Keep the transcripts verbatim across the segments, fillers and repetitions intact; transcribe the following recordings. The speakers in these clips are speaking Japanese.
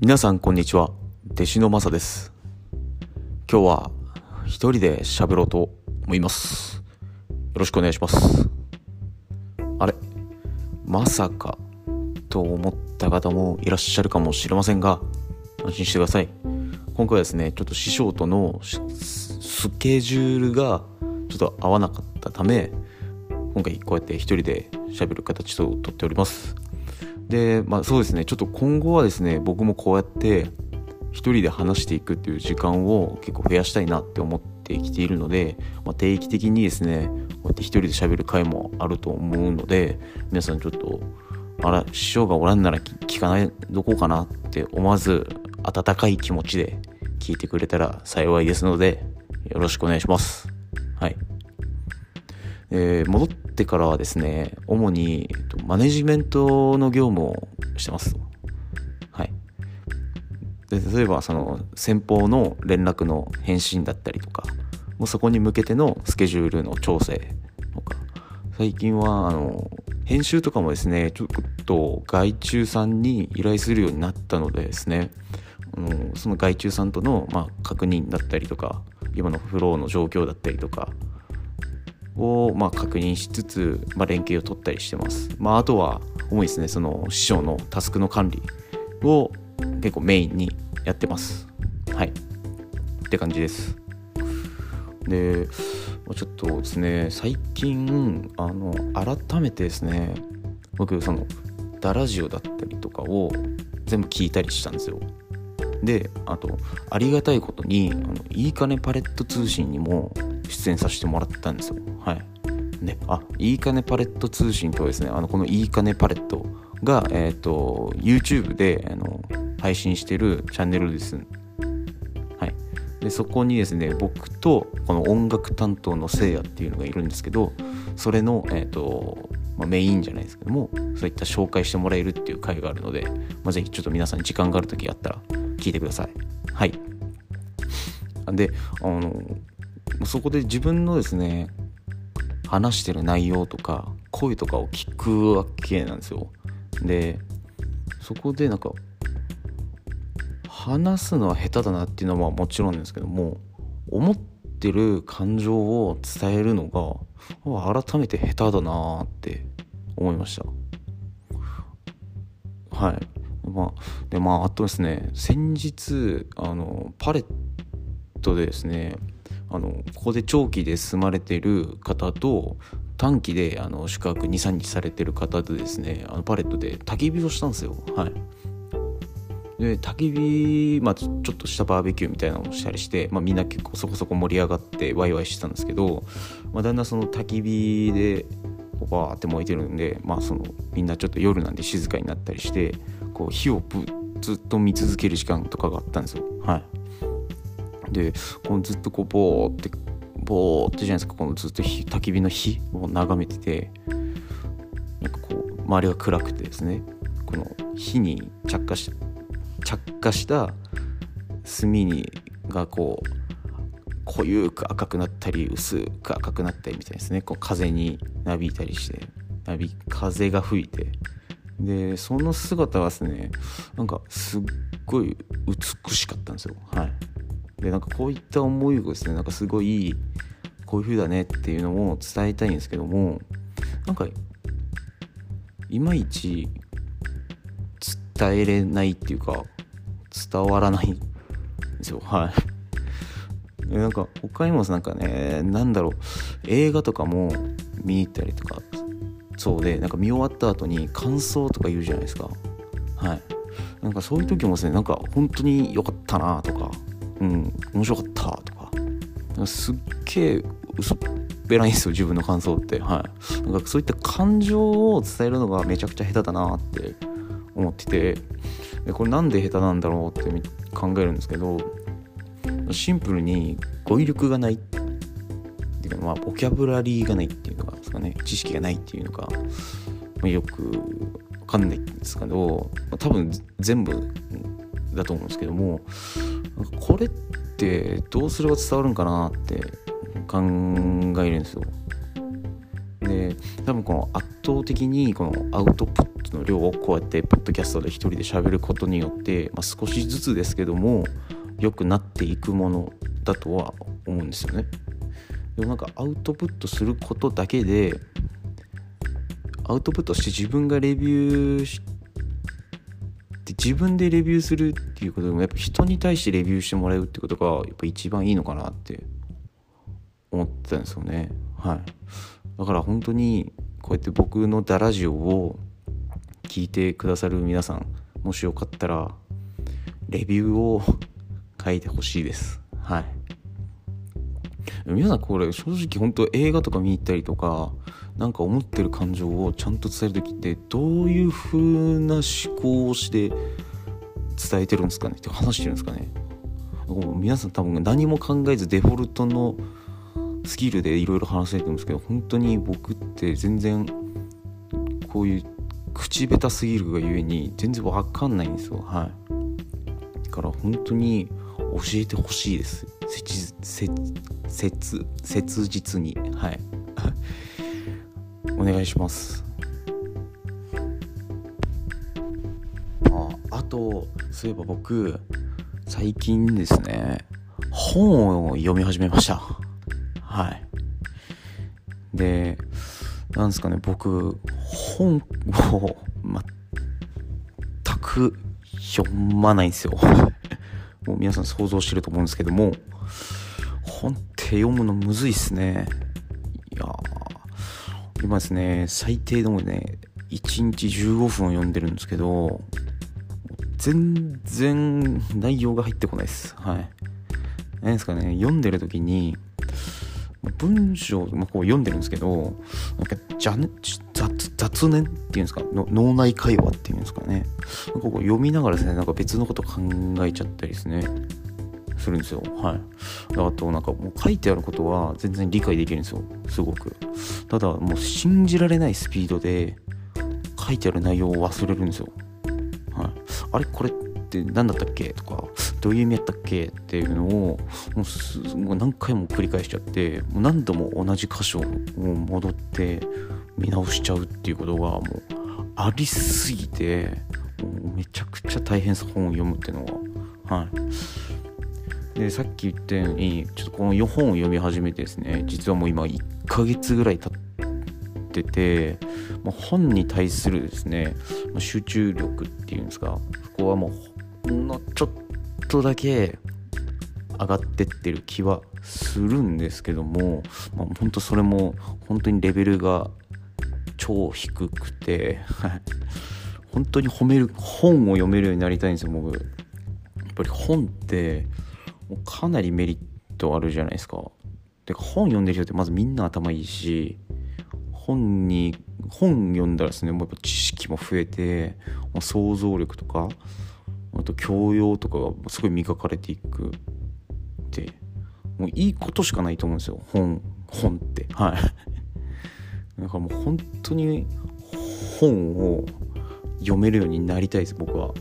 皆さんこんにちは。弟子のマサです。今日は一人で喋ろうと思います。よろしくお願いします。あれまさかと思った方もいらっしゃるかもしれませんが、安心してください。今回はですね、ちょっと師匠とのスケジュールがちょっと合わなかったため、今回こうやって一人で喋る形ととっております。で、まあそうですね、ちょっと今後はですね、僕もこうやって一人で話していくっていう時間を結構増やしたいなって思ってきているので、まあ、定期的にですね、こうやって一人で喋る回もあると思うので、皆さんちょっと、あら、師匠がおらんなら聞かないどこうかなって思わず、温かい気持ちで聞いてくれたら幸いですので、よろしくお願いします。はい。えー、戻ってからはですね、主にマネジメントの業務をしてます。はい。で、例えばその先方の連絡の返信だったりとか、もうそこに向けてのスケジュールの調整とか、最近はあの編集とかもですね、ちょっと外注さんに依頼するようになったのでですね、あのその外注さんとの、まあ、確認だったりとか、今のフローの状況だったりとかを、まあ、確認しつつ、まあ、連携を取ったりしてます。まあ、あとは主にですね、その師匠のタスクの管理を結構メインにやってます。はいって感じです。で、ちょっとですね、最近あの改めてですね、僕そのダラジオだったりとかを全部聞いたりしたんですよ。で、あとありがたいことにあのいいかねパレット通信にも出演させてもらったんですよ。はい。で、あ、いいかねパレット通信とはですね、あのこのいいかねパレットがえっと YouTube であの配信してるチャンネルです。はい。で、そこにですね、僕とこの音楽担当のせいやっていうのがいるんですけど、それのえっとまあ、メインじゃないですけども、そういった紹介してもらえるっていう回があるので、まあ、ぜひちょっと皆さんに時間があるときあったら聞いてください。はい。で、あのそこで自分のですね、話してる内容とか声とかを聞くわけなんですよ。で、そこでなんか話すのは下手だなっていうのはもちろんですけども、思ってる感情を伝えるのが改めて下手だなって思いました。はい。まあ、でまああとですね、先日あのパレットでですね、あのここで長期で住まれている方と短期であの宿泊 にさんにちされてる方でですね、あのパレットで焚き火をしたんですよ。はい。で、焚き火、まあ、ちょっとしたバーベキューみたいなのをしたりして、まあ、みんな結構そこそこ盛り上がってワイワイしてたんですけど、まあ、だんだんその焚き火でバーって燃えてるんで、まあ、そのみんなちょっと夜なんで静かになったりして、こう火をぶずっと見続ける時間とかがあったんですよ。はい。で、このずっとこうボーってボーってじゃないですか、このずっと火焚き火の火を眺めてて、なんかこう周りが暗くてですね、この火に着火して着火した炭にがこう濃ゆく赤くなったり薄く赤くなったりみたいですね、こう風になびいたりして、なび風が吹いて、でその姿はですね、なんかすっごい美しかったんですよ。はい。で、なんかこういった思いをですね、なんかすごいこういう風だねっていうのを伝えたいんですけども、なんかいまいち伝えれないっていうか伝わらないんですよ。はい。で、なんか他にもなんかね、なんだろう、映画とかも見に行ったりとか、そうで、なんか見終わった後に感想とか言うじゃないですか。はい。なんかそういう時もですね、なんか本当に良かったなとか、うん、面白かったとか、なんかすっげえ嘘っぺらいんですよ、自分の感想って。はい。なんかそういった感情を伝えるのがめちゃくちゃ下手だなって思ってて、でこれなんで下手なんだろうって考えるんですけど、シンプルに語彙力がないっていうか、まあボキャブラリーがないっていうのがですかね、知識がないっていうのが、まあ、よく分かんないんですけど、多分全部だと思うんですけども、これってどうすれば伝わるんかなって考えるんですよ。で、多分この圧倒的にこのアウトプッその量をこうやってポッドキャストで一人で喋ることによって、まあ、少しずつですけども良くなっていくものだとは思うんですよね。でもなんかアウトプットすることだけでアウトプットして自分がレビューして自分でレビューするっていうことでもやっぱ人に対してレビューしてもらうってことがやっぱ一番いいのかなって思ってたんですよね。はい。だから本当にこうやって僕のダラジオを聞いてくださる皆さん、もしよかったらレビューを書いてほしいです。はい。皆さんこれ正直本当映画とか見に行ったりとかなんか思ってる感情をちゃんと伝えるときってどういう風な思考をして伝えてるんですかねって話してるんですかね。皆さん多分何も考えずデフォルトのスキルでいろいろ話せると思うんですけど、本当に僕って全然こういう口下手すぎるがゆえに全然わかんないんですよ。はい。だから本当に教えてほしいです。切切切実に、はいお願いします。あ、あとそういえば僕最近ですね本を読み始めました。はい。でなんですかね、僕本を全く読まないんですよもう皆さん想像してると思うんですけども、本って読むのむずいっすね。いや今ですね最低でもねいちにちじゅうごふん読んでるんですけど全然内容が入ってこないです。はい。何ですかね、読んでる時に文章、まあ、こう読んでるんですけどなんかじゃ、ね、雑, 雑念っていうんですかの脳内会話っていうんですかね、ここ読みながらですねなんか別のこと考えちゃったりですねするんですよ。はい。あとなんかもう書いてあることは全然理解できるんですよ、すごく。ただもう信じられないスピードで書いてある内容を忘れるんですよ。はい。あれこれって何だったっけとかどういう意味やったっけっていうのをもうすもう何回も繰り返しちゃってもう何度も同じ箇所を戻って見直しちゃうっていうことがもうありすぎてもうめちゃくちゃ大変です、本を読むっていうのは。はい。でさっき言ったようにちょっとこの本を読み始めてですね実はもう今いっかげつぐらい経ってて、もう本に対するですね集中力っていうんですか、そこはもうほんのちょっとだけ上がってってる気はするんですけども、まあ、本当それも本当にレベルが超低くて本当に褒める本を読めるようになりたいんですよ僕。やっぱり本ってかなりメリットあるじゃないですか。で本読んでる人ってまずみんな頭いいし、本に本読んだらですねもうやっぱ知識も増えてもう想像力とかあと教養とかがすごい磨かれていくってもういいことしかないと思うんですよ本本ってはいだからもう本当に本を読めるようになりたいです僕は。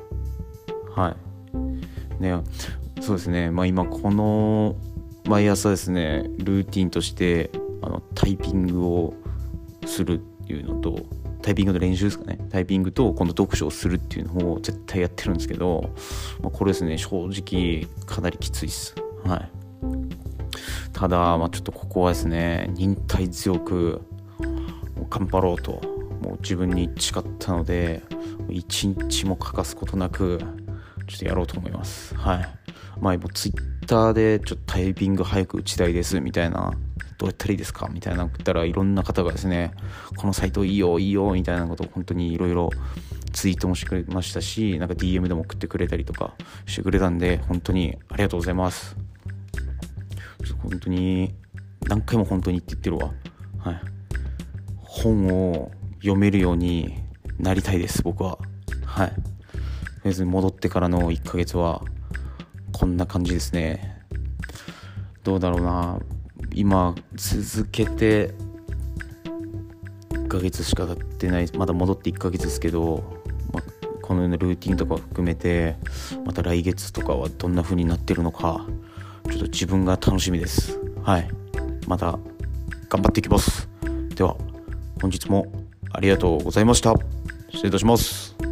はいね。そうですね、まあ、今この毎朝ですねルーティンとしてあのタイピングをするっていうのとタイピングの練習ですかねタイピングと今度読書をするっていうのを絶対やってるんですけど、まあ、これですね正直かなりきついです。はい。ただ、まあ、ちょっとここはですね忍耐強く頑張ろうともう自分に誓ったので一日も欠かすことなくちょっとやろうと思います。はい。まあ、もうツイッターでちょっとタイピング早く打ちたいですみたいな、どうやったらいいですかみたいなの言ったらいろんな方がですねこのサイトいいよいいよみたいなことを本当にいろいろツイートもしてくれましたし、なんか ディーエム でも送ってくれたりとかしてくれたんで本当にありがとうございます。本当に何回も本当にって言ってるわ。はい。本を読めるようになりたいです僕は。はい。別に戻ってからのいっかげつはこんな感じですね。どうだろうな、今続けていっかげつしか経ってない、まだ戻っていっかげつですけど、まあ、このようなルーティンとか含めてまた来月とかはどんな風になってるのかちょっと自分が楽しみです。はい。また頑張っていきます。では本日もありがとうございました。 失礼いたします。